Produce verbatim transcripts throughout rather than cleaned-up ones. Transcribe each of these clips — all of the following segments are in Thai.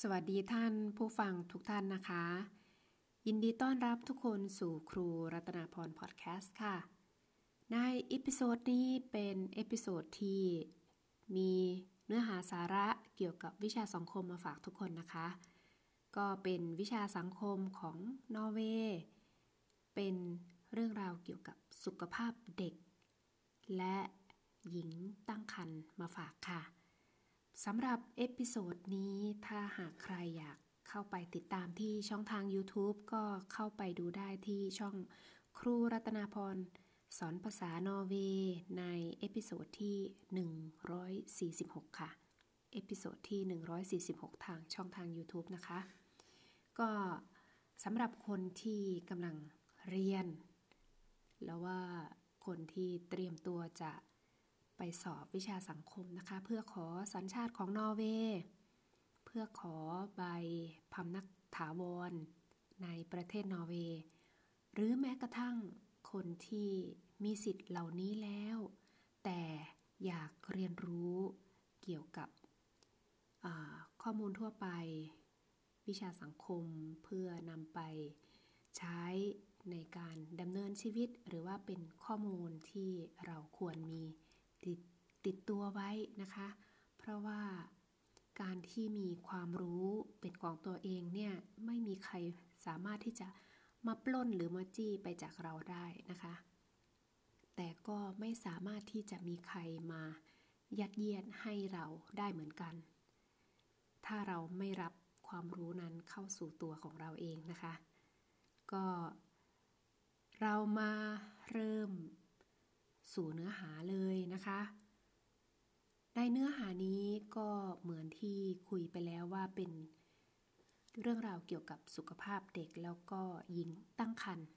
วัสดีท่านผู้ฟังทุกท่านนะคะยินดีต้อนรับทุกคนสู่ครูรัตนาพรพอดแคสต์ค่ะในเอพิโซดนี้เป็นเอพิโซดที่มีเนื้อหาสาระเกี่ยวกับวิชาสังคมมาฝากทุกคนนะคะก็เป็นวิชาสังคมของนอร์เวย์เป็นเรื่องราวเกี่ยวกับสุขภาพเด็กและหญิงตั้งครรภ์มาฝากค่ะสำหรับเอพิโซดนี้ถ้าหากใครอยากเข้าไปติดตามที่ช่องทาง YouTube ก็เข้าไปดูได้ที่ช่องครูรัตนาพรสอนภาษานอร์เวย์ในเอพิโซดที่หนึ่งร้อยสี่สิบหกค่ะเอพิโซดที่หนึ่งร้อยสี่สิบหกทางช่องทาง YouTube นะคะก็สำหรับคนที่กำลังเรียนแล้วว่าคนที่เตรียมตัวจะไปสอบวิชาสังคมนะคะเพื่อขอสัญชาติของนอร์เวย์เพื่อขอใบพำนักถาวรในประเทศนอร์เวย์หรือแม้กระทั่งคนที่มีสิทธิ์เหล่านี้แล้วแต่อยากเรียนรู้เกี่ยวกับข้อมูลทั่วไปวิชาสังคมเพื่อนำไปใช้ในการดำเนินชีวิตหรือว่าเป็นข้อมูลที่เราควรมีติดติดตัวไว้นะคะเพราะว่าการที่มีความรู้เป็นของตัวเองเนี่ยไม่มีใครสามารถที่จะมาปล้นหรือมาจี้ไปจากเราได้นะคะแต่ก็ไม่สามารถที่จะมีใครมายัดเยียดให้เราได้เหมือนกันถ้าเราไม่รับความรู้นั้นเข้าสู่ตัวของเราเองนะคะก็เรามาเริ่มสู่เนื้อหาเลยนะคะในเนื้อหานี้ก็เหมือนที่คุยไปแล้วว่าเป็นเรื่องราวเกี่ยวกับสุขภาพเด็กแล้วก็หญิงตั้งครรภ์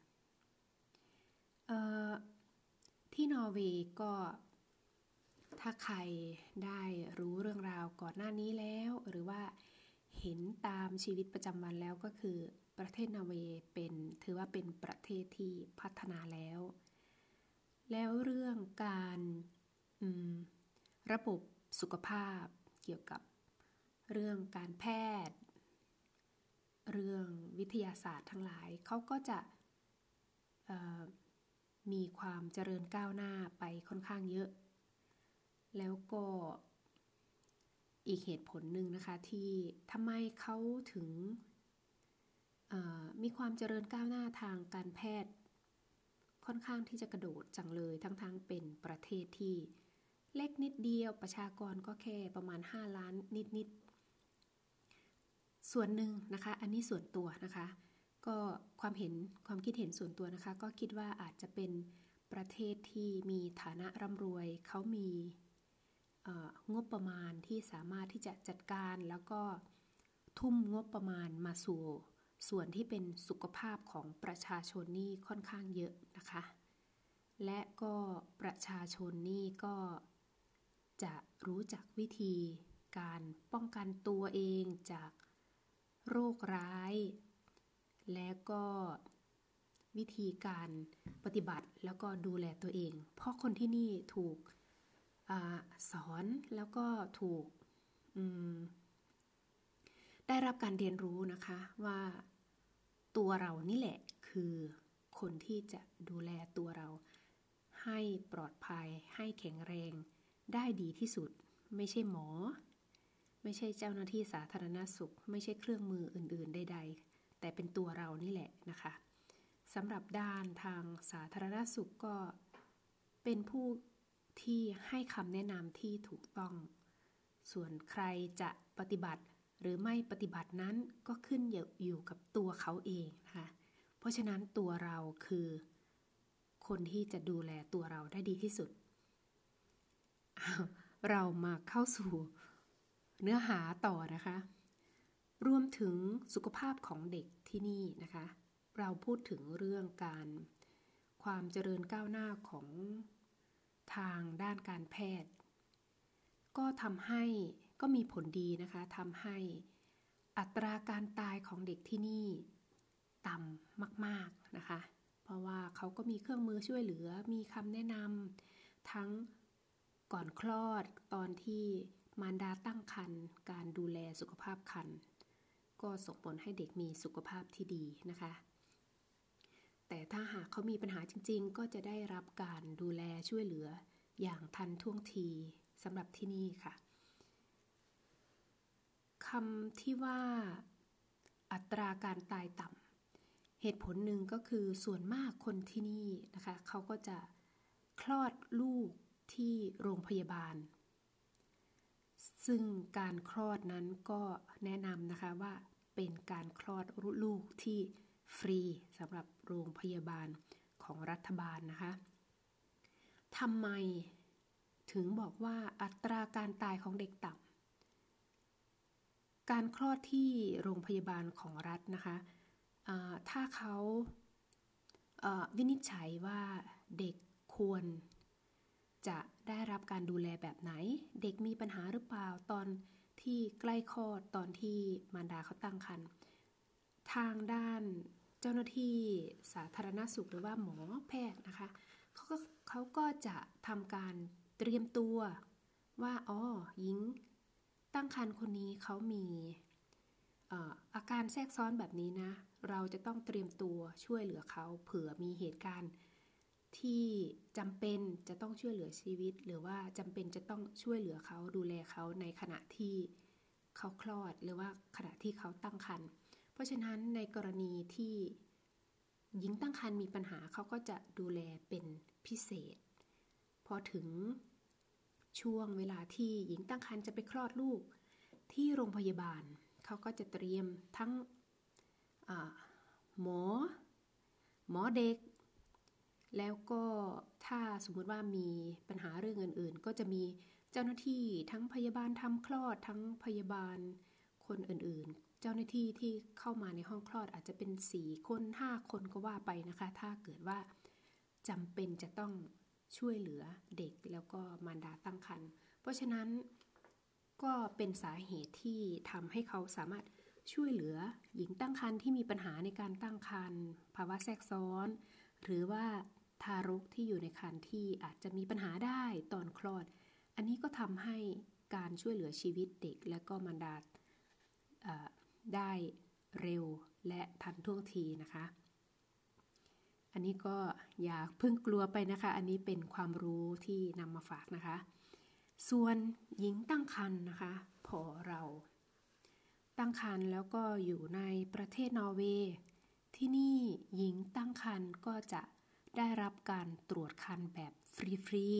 ที่นอร์เวย์ก็ถ้าใครได้รู้เรื่องราวก่อนหน้านี้แล้วหรือว่าเห็นตามชีวิตประจำวันแล้วก็คือประเทศนอร์เวย์เป็นถือว่าเป็นประเทศที่พัฒนาแล้วแล้วเรื่องการระบบสุขภาพเกี่ยวกับเรื่องการแพทย์เรื่องวิทยาศาสตร์ทั้งหลายเขาก็จะมีความเจริญก้าวหน้าไปค่อนข้างเยอะแล้วก็อีกเหตุผลหนึ่งนะคะที่ทำไมเขาถึงมีความเจริญก้าวหน้าทางการแพทย์ค่อนข้างที่จะกระโดดจังเลยทั้งๆเป็นประเทศที่เล็กนิดเดียวประชากรก็แค่ประมาณห้าล้านนิดๆส่วนหนึ่งนะคะอันนี้ส่วนตัวนะคะก็ความเห็นความคิดเห็นส่วนตัวนะคะก็คิดว่าอาจจะเป็นประเทศที่มีฐานะร่ำรวยเขามีงบประมาณที่สามารถที่จะจัดการแล้วก็ทุ่มงบประมาณมาสู่ส่วนที่เป็นสุขภาพของประชาชนนี่ค่อนข้างเยอะนะคะและก็ประชาชนนี่ก็จะรู้จักวิธีการป้องกันตัวเองจากโรคร้ายและก็วิธีการปฏิบัติแล้วก็ดูแลตัวเองเพราะคนที่นี่ถูกสอนแล้วก็ถูกได้รับการเรียนรู้นะคะว่าตัวเรานี่แหละคือคนที่จะดูแลตัวเราให้ปลอดภัยให้แข็งแรงได้ดีที่สุดไม่ใช่หมอไม่ใช่เจ้าหน้าที่สาธารณสุขไม่ใช่เครื่องมืออื่นๆใดๆแต่เป็นตัวเรานี่แหละนะคะสำหรับด้านทางสาธารณสุขก็เป็นผู้ที่ให้คำแนะนำที่ถูกต้องส่วนใครจะปฏิบัติหรือไม่ปฏิบัตินั้นก็ขึ้นอยู่กับตัวเขาเองนะคะเพราะฉะนั้นตัวเราคือคนที่จะดูแลตัวเราได้ดีที่สุดเรามาเข้าสู่เนื้อหาต่อนะคะรวมถึงสุขภาพของเด็กที่นี่นะคะเราพูดถึงเรื่องการความเจริญก้าวหน้าของทางด้านการแพทย์ก็ทำให้ก็มีผลดีนะคะทำให้อัตราการตายของเด็กที่นี่ต่ำมากๆนะคะเพราะว่าเขาก็มีเครื่องมือช่วยเหลือมีคำแนะนำทั้งก่อนคลอดตอนที่มารดาตั้งครรภ์การดูแลสุขภาพครรภ์ก็ส่งผลให้เด็กมีสุขภาพที่ดีนะคะแต่ถ้าหากเขามีปัญหาจริงๆก็จะได้รับการดูแลช่วยเหลืออย่างทันท่วงทีสำหรับที่นี่ค่ะคำที่ว่าอัตราการตายต่ำเหตุผลหนึ่งก็คือส่วนมากคนที่นี่นะคะเขาก็จะคลอดลูกที่โรงพยาบาลซึ่งการคลอดนั้นก็แนะนำนะคะว่าเป็นการคลอดลูกที่ฟรีสำหรับโรงพยาบาลของรัฐบาลนะคะทำไมถึงบอกว่าอัตราการตายของเด็กต่ำการคลอดที่โรงพยาบาลของรัฐนะคะถ้าเขาวินิจฉัยว่าเด็กควรจะได้รับการดูแลแบบไหนเด็กมีปัญหาหรือเปล่าตอนที่ใกล้คลอดตอนที่มารดาเขาตั้งครรภ์ทางด้านเจ้าหน้าที่สาธารณสุขหรือว่าหมอแพทย์นะคะเขาก็เขาก็จะทำการเตรียมตัวว่าอ๋อหญิงตั้งครรภ์คนนี้เขามีเอ่ออาการแทรกซ้อนแบบนี้นะเราจะต้องเตรียมตัวช่วยเหลือเขาเผื่อมีเหตุการณ์ที่จำเป็นจะต้องช่วยเหลือชีวิตหรือว่าจำเป็นจะต้องช่วยเหลือเขาดูแลเขาในขณะที่เขาคลอดหรือว่าขณะที่เขาตั้งครรภ์เพราะฉะนั้นในกรณีที่หญิงตั้งครรภ์มีปัญหาเขาก็จะดูแลเป็นพิเศษพอถึงช่วงเวลาที่หญิงตั้งครรภ์จะไปคลอดลูกที่โรงพยาบาลเขาก็จะเตรียมทั้งหมอหมอเด็กแล้วก็ถ้าสมมุติว่ามีปัญหาเรื่องอื่นๆก็จะมีเจ้าหน้าที่ทั้งพยาบาลทำคลอดทั้งพยาบาลคนอื่นๆเจ้าหน้าที่ที่เข้ามาในห้องคลอดอาจจะเป็นสี่คนห้าคนก็ว่าไปนะคะถ้าเกิดว่าจำเป็นจะต้องช่วยเหลือเด็กแล้วก็มารดาตั้งครรภ์เพราะฉะนั้นก็เป็นสาเหตุที่ทำให้เขาสามารถช่วยเหลือหญิงตั้งครรภ์ที่มีปัญหาในการตั้งครรภ์ภาวะแทรกซ้อนหรือว่าทารกที่อยู่ในครรภ์ที่อาจจะมีปัญหาได้ตอนคลอดอันนี้ก็ทำให้การช่วยเหลือชีวิตเด็กและก็มารดาได้เร็วและทันท่วงทีนะคะอันนี้ก็อย่าเพิ่งกลัวไปนะคะอันนี้เป็นความรู้ที่นำมาฝากนะคะส่วนหญิงตั้งครรภ์นะคะพอเราตั้งครรภ์แล้วก็อยู่ในประเทศนอร์เวย์ที่นี่หญิงตั้งครรภ์ก็จะได้รับการตรวจครรภ์แบบฟรี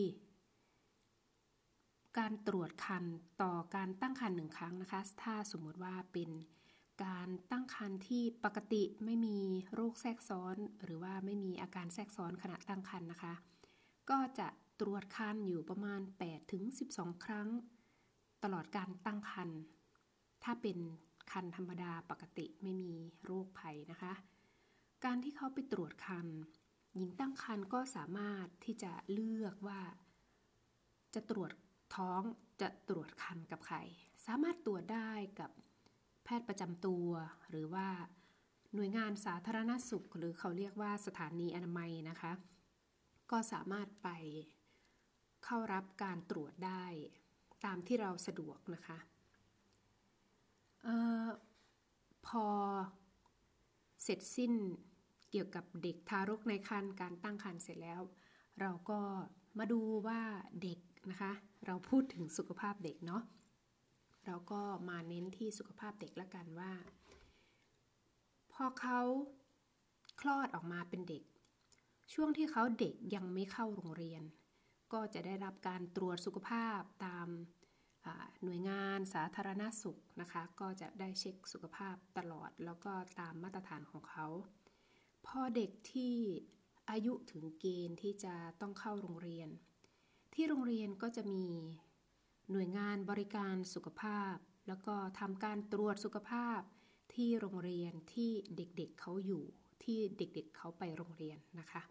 ๆการตรวจครรภ์ต่อการตั้งครรภ์หนึ่งครั้งนะคะถ้าสมมติว่าเป็นการตั้งครรภ์ที่ปกติไม่มีโรคแทรกซ้อนหรือว่าไม่มีอาการแทรกซ้อนขณะตั้งครรภ์นะคะก็จะตรวจครรภ์อยู่ประมาณ แปดถึงสิบสอง ครั้งตลอดการตั้งครรภ์ถ้าเป็นครรภ์ธรรมดาปกติไม่มีโรคภัยนะคะการที่เขาไปตรวจครรภ์หญิงตั้งครรภ์ก็สามารถที่จะเลือกว่าจะตรวจท้องจะตรวจครรภ์กับใครสามารถตรวจได้กับแพทย์ประจำตัวหรือว่าหน่วยงานสาธารณสุขหรือเขาเรียกว่าสถานีอนามัยนะคะก็สามารถไปเข้ารับการตรวจได้ตามที่เราสะดวกนะคะเอ่อพอเสร็จสิ้นเกี่ยวกับเด็กทารกในครรภ์การตั้งครรภ์เสร็จแล้วเราก็มาดูว่าเด็กนะคะเราพูดถึงสุขภาพเด็กเนาะเราก็มาเน้นที่สุขภาพเด็กละกันว่าพอเขาคลอดออกมาเป็นเด็กช่วงที่เขาเด็กยังไม่เข้าโรงเรียนก็จะได้รับการตรวจสุขภาพตามหน่วยงานสาธารณสุขนะคะก็จะได้เช็คสุขภาพตลอดแล้วก็ตามมาตรฐานของเขาพอเด็กที่อายุถึงเกณฑ์ที่จะต้องเข้าโรงเรียนที่โรงเรียนก็จะมีหน่วยงานบริการสุขภาพแล้วก็ทำการตรวจสุขภาพที่โรงเรียนที่เด็กๆ เ, เขาอยู่ที่เด็กๆ เเขาไปโรงเรียนนะคะ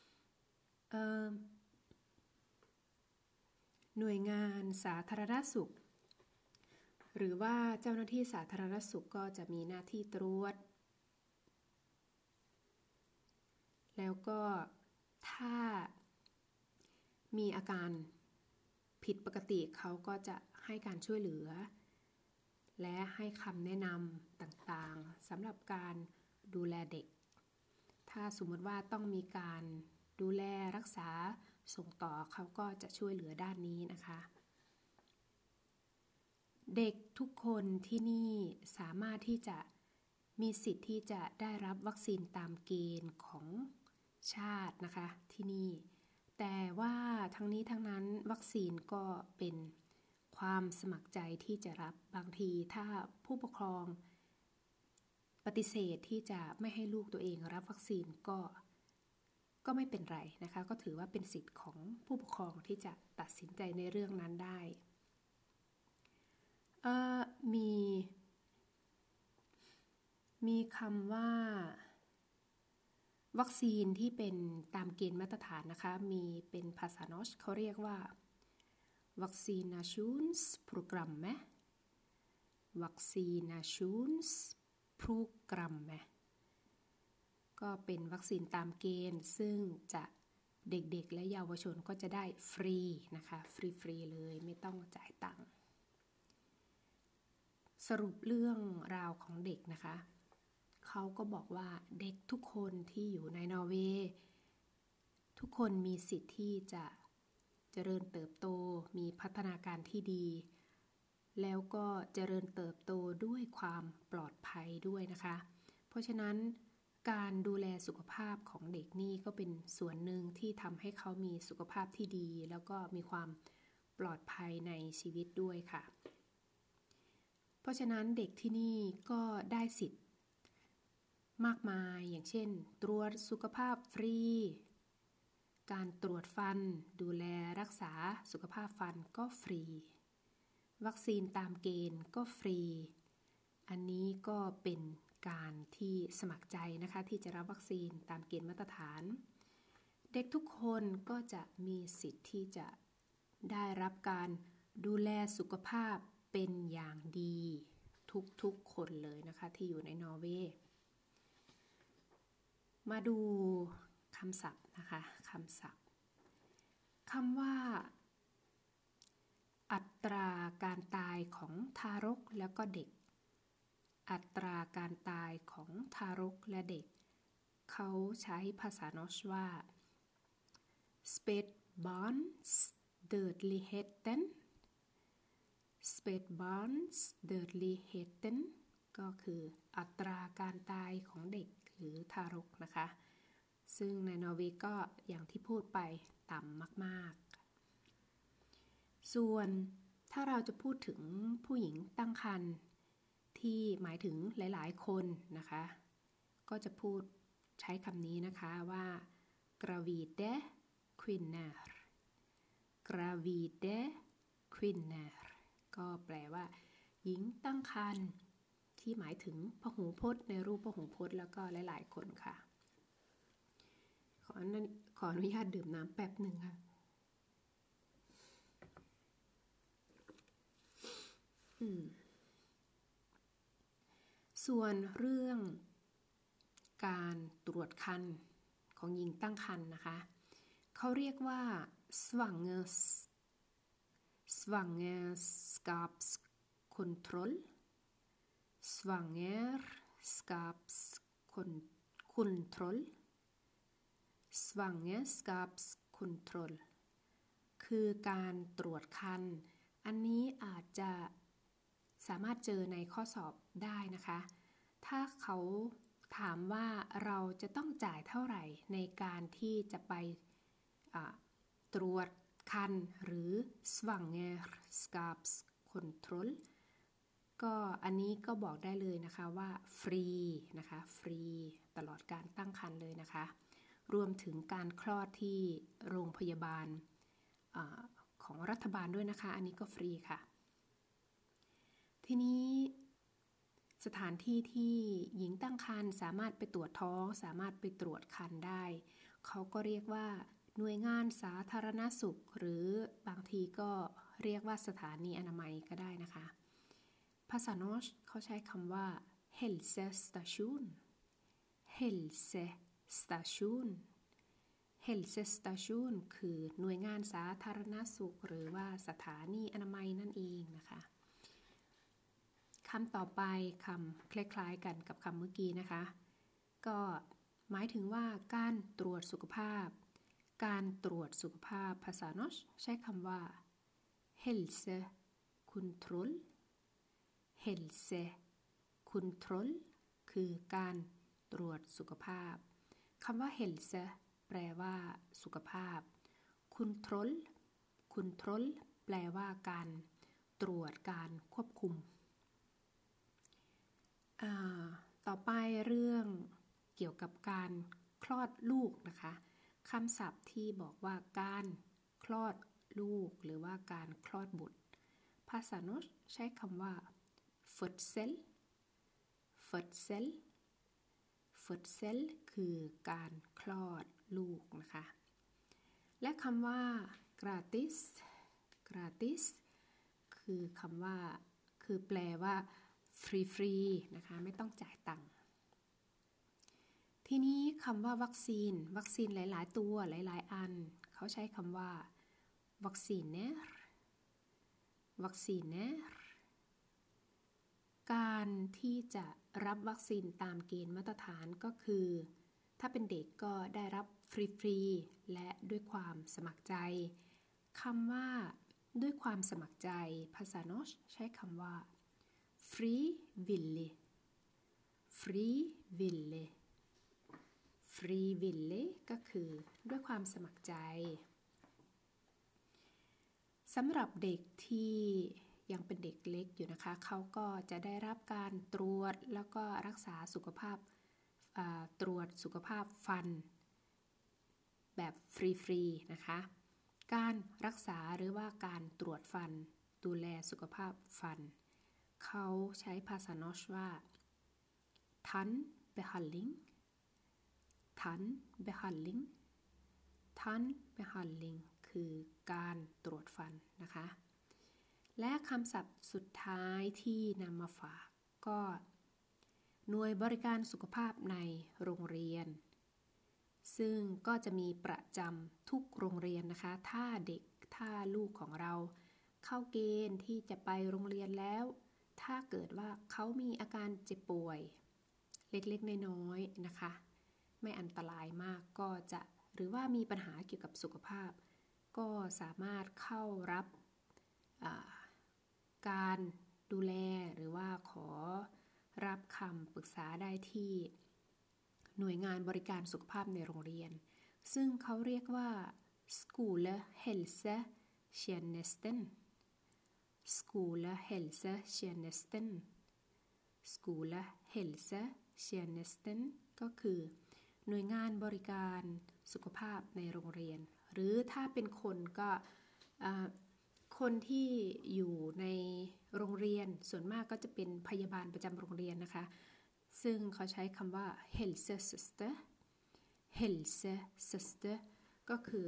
หน่วยงานสาธารณสุขหรือว่าเจ้าหน้าที่สาธารณสุขก็จะมีหน้าที่ตรวจแล้วก็ถ้ามีอาการผิดปกติเขาก็จะให้การช่วยเหลือและให้คำแนะนำต่างๆสำหรับการดูแลเด็กถ้าสมมติว่าต้องมีการดูแลรักษาส่งต่อเขาก็จะช่วยเหลือด้านนี้นะคะเด็กทุกคนที่นี่สามารถที่จะมีสิทธิ์ที่จะได้รับวัคซีนตามเกณฑ์ของชาตินะคะที่นี่แต่ว่าทั้งนี้ทั้งนั้นวัคซีนก็เป็นความสมัครใจที่จะรับบางทีถ้าผู้ปกครองปฏิเสธที่จะไม่ให้ลูกตัวเองรับวัคซีนก็ก็ไม่เป็นไรนะคะก็ถือว่าเป็นสิทธิ์ของผู้ปกครองที่จะตัดสินใจในเรื่องนั้นได้เอ่อมีมีคำว่าวัคซีนที่เป็นตามเกณฑ์มาตรฐานนะคะมีเป็นภาษานอชเขาเรียกว่า vaccinationsprogrammet vaccinationsprogrammet ก็เป็นวัคซีนตามเกณฑ์ซึ่งจะเด็กๆและเยาวชนก็จะได้ฟรีนะคะฟรีๆเลยไม่ต้องจ่ายตังค์สรุปเรื่องราวของเด็กนะคะเขาก็บอกว่าเด็กทุกคนที่อยู่ในนอร์เวย์ทุกคนมีสิทธิ์ที่จะเจริญเติบโตมีพัฒนาการที่ดีแล้วก็เจริญเติบโตด้วยความปลอดภัยด้วยนะคะเพราะฉะนั้นการดูแลสุขภาพของเด็กนี่ก็เป็นส่วนหนึ่งที่ทำให้เขามีสุขภาพที่ดีแล้วก็มีความปลอดภัยในชีวิตด้วยค่ะเพราะฉะนั้นเด็กที่นี่ก็ได้สิทธิ์มากมายอย่างเช่นตรวจสุขภาพฟรีการตรวจฟันดูแลรักษาสุขภาพฟันก็ฟรีวัคซีนตามเกณฑ์ก็ฟรีอันนี้ก็เป็นการที่สมัครใจนะคะที่จะรับวัคซีนตามเกณฑ์มาตรฐานเด็กทุกคนก็จะมีสิทธิ์ที่จะได้รับการดูแลสุขภาพเป็นอย่างดีทุกๆคนเลยนะคะที่อยู่ในนอร์เวย์มาดูคำศัพท์นะคะคำศัพท์คำว่าอัตราการตายของทารกแล้วก็เด็กอัตราการตายของทารกและเด็กเขาใช้ภาษานอชว่า spedbarnsdödligheten spedbarnsdödligheten ก็คืออัตราการตายของเด็กหรือทารกนะคะซึ่งในนอร์เวย์ก็อย่างที่พูดไปต่ำมากๆส่วนถ้าเราจะพูดถึงผู้หญิงตั้งครรภ์ที่หมายถึงหลายๆคนนะคะก็จะพูดใช้คำนี้นะคะว่า gravide kvinner gravide kvinner ก็แปลว่าหญิงตั้งครรภ์ที่หมายถึงพหูพจน์ในรูปพหูพจน์แล้วก็หลายๆคนค่ะขอขออนุญาตดื่มน้ำแป๊บหนึ่งค่ะอืมส่วนเรื่องการตรวจครรภ์ของหญิงตั้งครรภ์นะคะเขาเรียกว่า svangers svangerskapskontroll svangerskapskontroll svangerskapskontroll คือการตรวจครรภ์อันนี้อาจจะสามารถเจอในข้อสอบได้นะคะถ้าเขาถามว่าเราจะต้องจ่ายเท่าไหร่ในการที่จะไปตรวจครรภ์หรือ svangerskapskontroll ก็อันนี้ก็บอกได้เลยนะคะว่าฟรีนะคะฟรีตลอดการตั้งครรภ์เลยนะคะรวมถึงการคลอดที่โรงพยาบาลอของรัฐบาลด้วยนะคะอันนี้ก็ฟรีค่ะทีนี้สถานที่ที่หญิงตั้งครรภ์สามารถไปตรวจท้องสามารถไปตรวจครรภ์ได้เขาก็เรียกว่าหน่วยงานสาธารณสุขหรือบางทีก็เรียกว่าสถานีอนามัยก็ได้นะคะภาษานอชเขาใช้คำว่า helsestation helsestation helsestation คือหน่วยงานสาธารณสุขหรือว่าสถานีอนามัยนั่นเองนะคะคำต่อไปคำคล้ายๆกันกับคำเมื่อกี้นะคะก็หมายถึงว่าการตรวจสุขภาพการตรวจสุขภาพภาษานอชใช้คำว่า hälsokontroll hälsokontroll คือการตรวจสุขภาพคำว่า hälsa แปลว่าสุขภาพ control control แปลว่าการตรวจการควบคุมต่อไปเรื่องเกี่ยวกับการคลอดลูกนะคะคำศัพท์ที่บอกว่าการคลอดลูกหรือว่าการคลอดบุตรภาษาโนชใช้คำว่า födsel födsel födsel คือการคลอดลูกนะคะและคำว่า gratis gratis คือคำว่าคือแปลว่าฟรีๆนะคะไม่ต้องจ่ายตังค์ทีนี้คำว่าวัคซีนวัคซีนหลายๆตัวหลายๆอันเขาใช้คำว่าวัคซีนเนรวัคซีนเนรการที่จะรับวัคซีนตามเกณฑ์มาตรฐานก็คือถ้าเป็นเด็กก็ได้รับฟรีๆและด้วยความสมัครใจคำว่าด้วยความสมัครใจภาษาโนชใช้คำว่า frivillig frivillig frivillig ก็คือด้วยความสมัครใจสำหรับเด็กที่ยังเป็นเด็กเล็กอยู่นะคะเขาก็จะได้รับการตรวจแล้วก็รักษาสุขภาพตรวจสุขภาพฟันแบบฟรีๆนะคะการรักษาหรือว่าการตรวจฟันดูแลสุขภาพฟันเขาใช้ภาษาโนชว่า tandbehandling tandbehandling tandbehandling คือการตรวจฟันนะคะและคำศัพท์สุดท้ายที่นำมาฝากก็หน่วยบริการสุขภาพในโรงเรียนซึ่งก็จะมีประจำทุกโรงเรียนนะคะถ้าเด็กถ้าลูกของเราเข้าเกณฑ์ที่จะไปโรงเรียนแล้วถ้าเกิดว่าเขามีอาการเจ็บป่วยเล็กๆน้อยๆนะคะไม่อันตรายมากก็จะหรือว่ามีปัญหาเกี่ยวกับสุขภาพก็สามารถเข้ารับการดูแลหรือว่าขอรับคำปรึกษาได้ที่หน่วยงานบริการสุขภาพในโรงเรียนซึ่งเขาเรียกว่า Skolehälsotjänsten Skolehälsotjänsten Skolehälsotjänsten ก็คือหน่วยงานบริการสุขภาพในโรงเรียนหรือถ้าเป็นคนก็คนที่อยู่ในโรงเรียนส่วนมากก็จะเป็นพยาบาลประจำโรงเรียนนะคะซึ่งเขาใช้คำว่า hälsosöster hälsosöster ก็คือ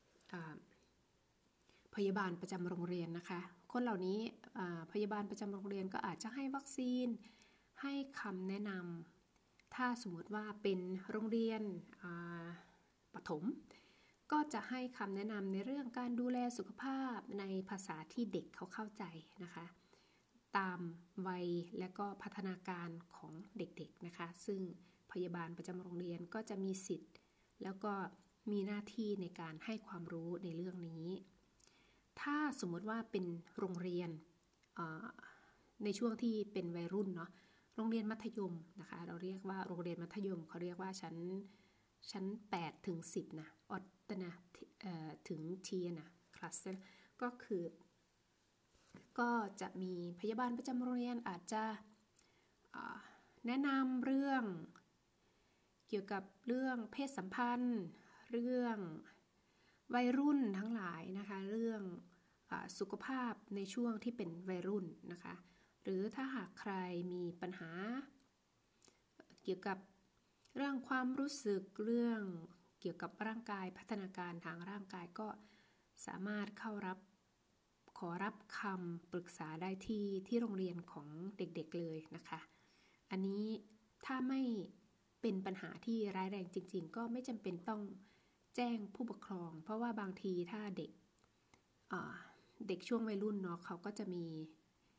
พยาบาลประจำโรงเรียนนะคะคนเหล่านี้พยาบาลประจำโรงเรียนก็อาจจะให้วัคซีนให้คำแนะนำถ้าสมมติว่าเป็นโรงเรียนประถมก็จะให้คำแนะนำในเรื่องการดูแลสุขภาพในภาษาที่เด็กเขาเข้าใจนะคะตามวัยและก็พัฒนาการของเด็กๆนะคะซึ่งพยาบาลประจำโรงเรียนก็จะมีสิทธิ์แล้วก็มีหน้าที่ในการให้ความรู้ในเรื่องนี้ถ้าสมมติว่าเป็นโรงเรียนในช่วงที่เป็นวัยรุ่นเนาะโรงเรียนมัธยมนะคะเราเรียกว่าโรงเรียนมัธยมเขาเรียกว่าชั้นชั้นแปดถึงสิบนะออตตนะถึงเทียนะคลาสก็คือก็จะมีพยาบาลประจำโรงเรียนอาจจะแนะนำเรื่องเกี่ยวกับเรื่องเพศสัมพันธ์เรื่องวัยรุ่นทั้งหลายนะคะเรื่องสุขภาพในช่วงที่เป็นวัยรุ่นนะคะหรือถ้าหากใครมีปัญหาเกี่ยวกับเรื่องความรู้สึกเรื่องเกี่ยวกับร่างกายพัฒนาการทางร่างกายก็สามารถเข้ารับขอรับคำปรึกษาได้ที่ที่โรงเรียนของเด็กๆเลยนะคะอันนี้ถ้าไม่เป็นปัญหาที่ร้ายแรงจริงๆก็ไม่จำเป็นต้องแจ้งผู้ปกครองเพราะว่าบางทีถ้าเด็กเด็กช่วงวัยรุ่นเนาะเขาก็จะมี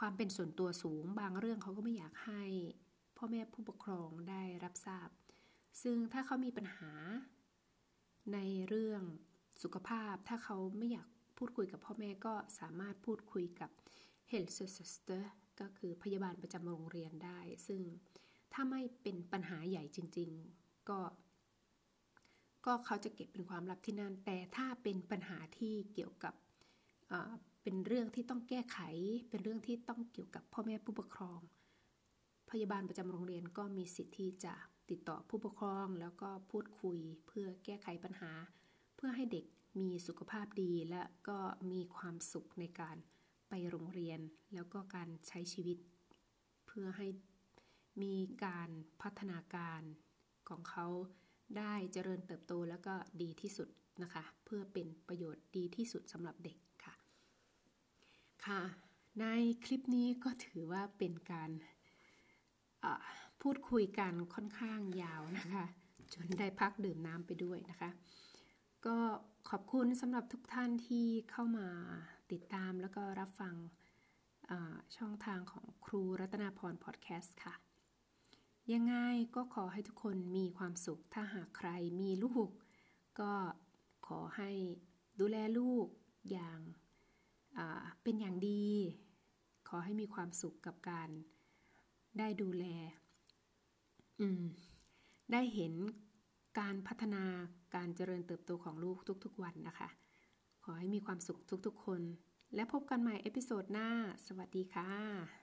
ความเป็นส่วนตัวสูงบางเรื่องเขาก็ไม่อยากให้พ่อแม่ผู้ปกครองได้รับทราบซึ่งถ้าเขามีปัญหาในเรื่องสุขภาพถ้าเขาไม่อยากพูดคุยกับพ่อแม่ก็สามารถพูดคุยกับ health sister ก็คือพยาบาลประจำโรงเรียนได้ซึ่งถ้าไม่เป็นปัญหาใหญ่จริงๆก็ก็เขาจะเก็บเป็นความลับที่นั่นแต่ถ้าเป็นปัญหาที่เกี่ยวกับเอ่อเป็นเรื่องที่ต้องแก้ไขเป็นเรื่องที่ต้องเกี่ยวกับพ่อแม่ผู้ปกครองพยาบาลประจำโรงเรียนก็มีสิทธิ์ที่จะติดต่อผู้ปกครองแล้วก็พูดคุยเพื่อแก้ไขปัญหาเพื่อให้เด็กมีสุขภาพดีและก็มีความสุขในการไปโรงเรียนแล้วก็การใช้ชีวิตเพื่อให้มีการพัฒนาการของเขาได้เจริญเติบโตแล้วก็ดีที่สุดนะคะเพื่อเป็นประโยชน์ดีที่สุดสำหรับเด็กค่ะค่ะในคลิปนี้ก็ถือว่าเป็นการพูดคุยกันค่อนข้างยาวนะคะจนได้พักดื่มน้ำไปด้วยนะคะก็ขอบคุณสำหรับทุกท่านที่เข้ามาติดตามแล้วก็รับฟังช่องทางของครูรัตนาพรพอดแคสต์ค่ะยังไงก็ขอให้ทุกคนมีความสุขถ้าหากใครมีลูกก็ขอให้ดูแลลูกอย่างเป็นอย่างดีขอให้มีความสุขกับการได้ดูแลอืมได้เห็นการพัฒนาการเจริญเติบโตของลูกทุกๆวันนะคะขอให้มีความสุขทุกๆคนและพบกันใหม่เอพิโซดหน้าสวัสดีค่ะ